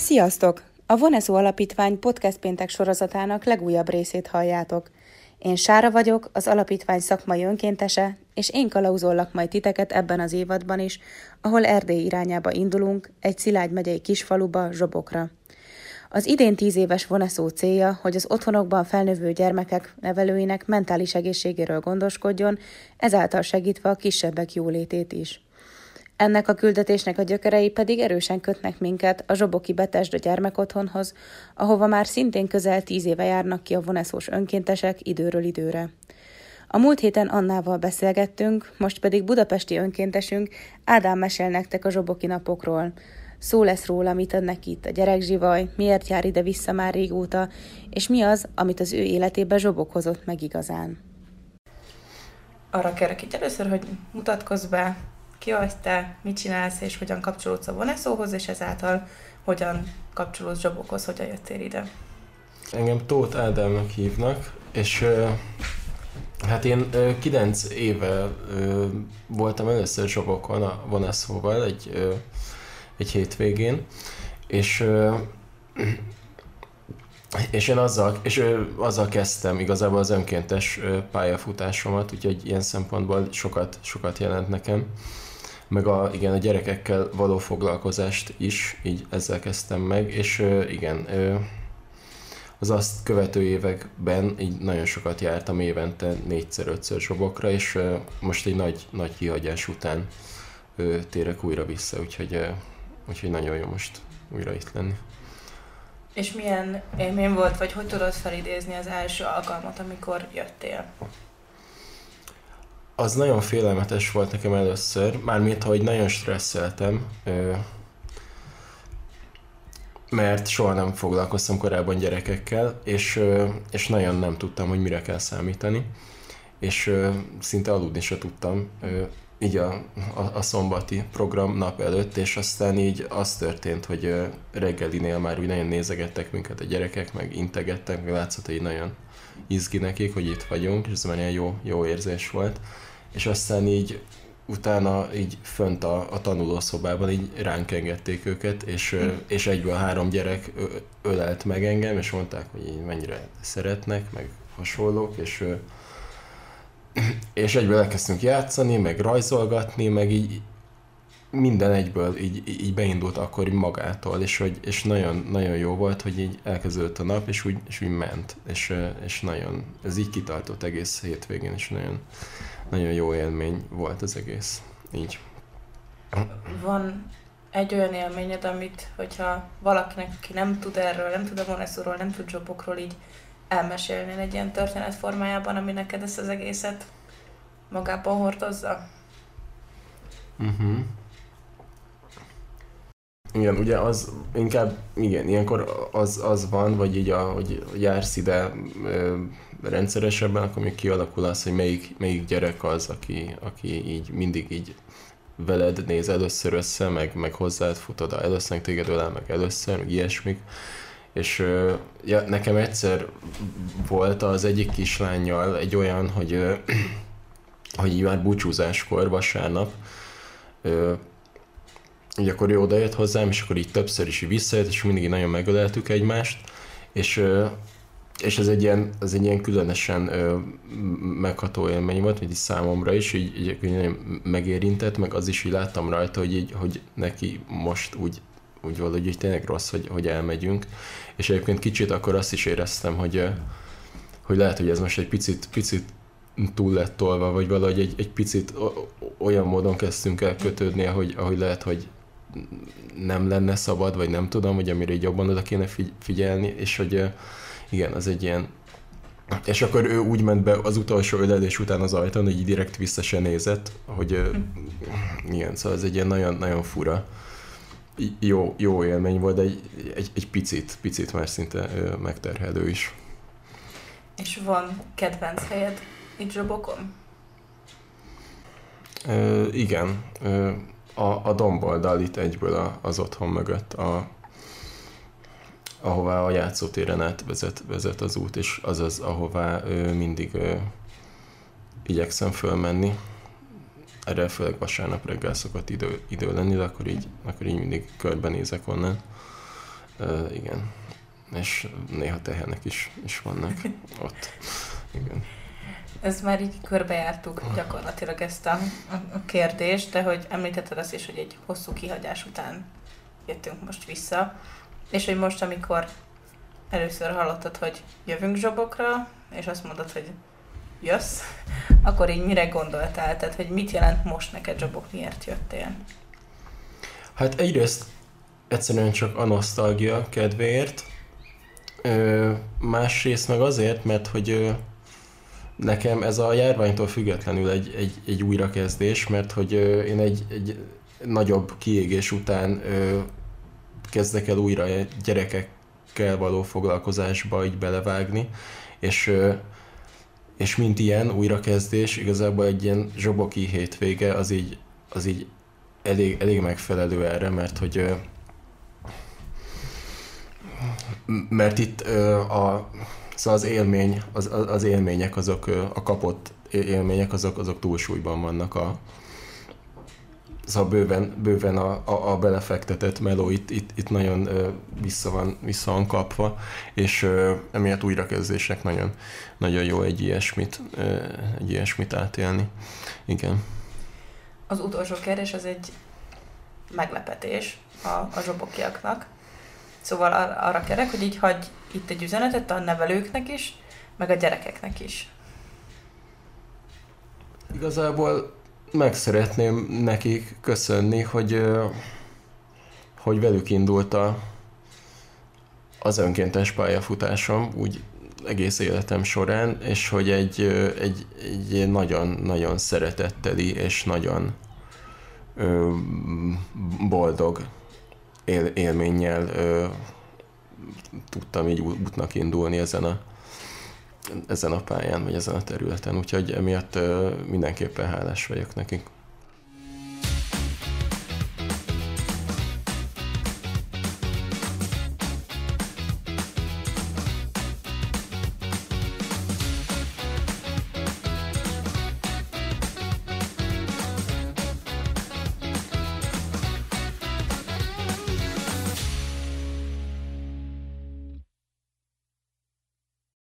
Sziasztok! A Voneszó Alapítvány Podcast Péntek sorozatának legújabb részét halljátok. Én Sára vagyok, az alapítvány szakmai önkéntese, és én kalauzollak majd titeket ebben az évadban is, ahol Erdély irányába indulunk, egy Szilágy megyei kisfaluba, Zsobokra. Az idén 10 éves Voneszó célja, hogy az otthonokban felnövő gyermekek nevelőinek mentális egészségéről gondoskodjon, ezáltal segítve a kisebbek jólétét is. Ennek a küldetésnek a gyökerei pedig erősen kötnek minket a zsoboki Betesda gyermekotthonhoz, ahova már szintén közel 10 éve járnak ki a voneszós önkéntesek időről időre. A múlt héten Annával beszélgettünk, most pedig budapesti önkéntesünk Ádám mesél nektek a zsoboki napokról. Szó lesz róla, mit ad neki itt a gyerekzsivaj, miért jár ide-vissza már régóta, és mi az, amit az ő életébe Zsobok hozott meg igazán. Arra kérek itt először, hogy mutatkozz be, ki vagy te, mit csinálsz, és hogyan kapcsolódsz a Voneszóhoz, és ezáltal hogyan kapcsolódsz Zsobokhoz, hogyan jöttél ide. Engem Tóth Ádámnak hívnak, és hát én 9 éve voltam először Zsobokon a Voneszóval egy hétvégén, és én azzal kezdtem igazából az önkéntes pályafutásomat, úgyhogy ilyen szempontból sokat jelent nekem. Meg a gyerekekkel való foglalkozást is, így ezzel kezdtem meg, és az azt követő években így nagyon sokat jártam évente 4-5-ször Zsobokra, és most egy nagy kihagyás után térek újra vissza, úgyhogy nagyon jó most újra itt lenni. És milyen élmény volt, vagy hogy tudod felidézni az első alkalmat, amikor jöttél? Az nagyon félelmetes volt nekem először, mármint, hogy nagyon stresszeltem, mert soha nem foglalkoztam korábban gyerekekkel, és nagyon nem tudtam, hogy mire kell számítani, és szinte aludni se tudtam így a szombati program nap előtt, és aztán így az történt, hogy reggelinél már úgy nagyon nézegettek minket a gyerekek, meg integettek, meg látszott, hogy nagyon izgi nekik, hogy itt vagyunk, és ez már ilyen jó érzés volt. És aztán így utána így fönt a tanulószobában így ránk engedték őket, és egyből 3 gyerek ölelt meg engem, és mondták, hogy így mennyire szeretnek, meg hasonlók, és egyből elkezdtünk játszani, meg rajzolgatni, meg így minden egyből így beindult akkor magától, és nagyon, nagyon jó volt, hogy így elkezdődött a nap, és úgy ment, és nagyon, ez így kitartott egész hétvégén, és nagyon, nagyon jó élmény volt az egész, így. Van egy olyan élményed, amit, hogyha valakinek, aki nem tud erről, nem tud a Voneszóról, nem tud Zsobokról, így elmesélnél egy ilyen történet formájában, ami neked ezt az egészet magában hordozza? Igen, ugye az inkább, ilyenkor az van, vagy így hogy jársz ide rendszeresebben, akkor még kialakul az, hogy melyik gyerek az, aki így mindig így veled néz először össze, meg hozzád fut oda először, meg téged ölel meg először, meg ilyesmik. És nekem egyszer volt az egyik kislánnyal egy olyan, hogy már búcsúzáskor vasárnap, így akkor ő odajött hozzám, és akkor így többször is visszajött, és mindig nagyon megöleltük egymást, és ez egy ilyen különösen megható élmény volt, így számomra is, így nagyon megérintett, meg az is így láttam rajta, hogy neki most úgy valahogy így tényleg rossz, hogy elmegyünk. És egyébként kicsit akkor azt is éreztem, hogy lehet, hogy ez most egy picit túl lett tolva, vagy valahogy egy picit olyan módon kezdtünk el kötődni, ahogy lehet, hogy nem lenne szabad, vagy nem tudom, hogy amire így jobban oda kéne figyelni, és hogy igen, az egy ilyen... És akkor ő úgy ment be az utolsó ölelés után az ajtón, hogy így direkt vissza se nézett, hogy igen, szóval ez egy ilyen nagyon, nagyon fura, jó élmény volt, de egy picit már szinte megterhelő is. És van kedvenc helyed itt Zsobokon? Igen, a domboldal itt egyből az otthon mögött, ahová a játszótéren át vezet az út, és az, ahová mindig igyekszem fölmenni. Erre főleg vasárnap reggel szokott idő lenni, de akkor így mindig körbenézek onnan. Igen. És néha tehenek is vannak ott. Igen. Ez már így körbejártuk gyakorlatilag ezt a kérdést, de hogy említetted azt is, hogy egy hosszú kihagyás után jöttünk most vissza, és hogy most, amikor először hallottad, hogy jövünk zsobokra, és azt mondod, hogy jössz, akkor így mire gondoltál? Tehát, hogy mit jelent most neked zsobok, miért jöttél? Hát egyrészt egyszerűen csak a nosztalgia kedvéért, másrészt meg azért, mert hogy nekem ez a járványtól függetlenül egy újrakezdés, mert hogy én egy nagyobb kiégés után kezdek el újra gyerekekkel való foglalkozásba így belevágni, és mint ilyen újrakezdés, igazából egy ilyen zsoboki hétvége az így elég megfelelő erre, mert itt szóval az élmények, azok a kapott élmények, azok túlsúlyban vannak. Szóval bőven a belefektetett meló itt nagyon vissza van kapva, és emiatt újrakezdésnek nagyon, nagyon jó egy ilyesmit átélni. Igen. Az utolsó kérdés az egy meglepetés a zsobokiaknak. Szóval arra kérek, hogy így hagyj itt egy üzenetet a nevelőknek is, meg a gyerekeknek is. Igazából meg szeretném nekik köszönni, hogy velük indult az önkéntes pályafutásom úgy egész életem során, és hogy egy nagyon-nagyon szeretetteli és nagyon boldog élménnyel tudtam így útnak indulni ezen a pályán, vagy ezen a területen. Úgyhogy emiatt mindenképpen hálás vagyok nekik.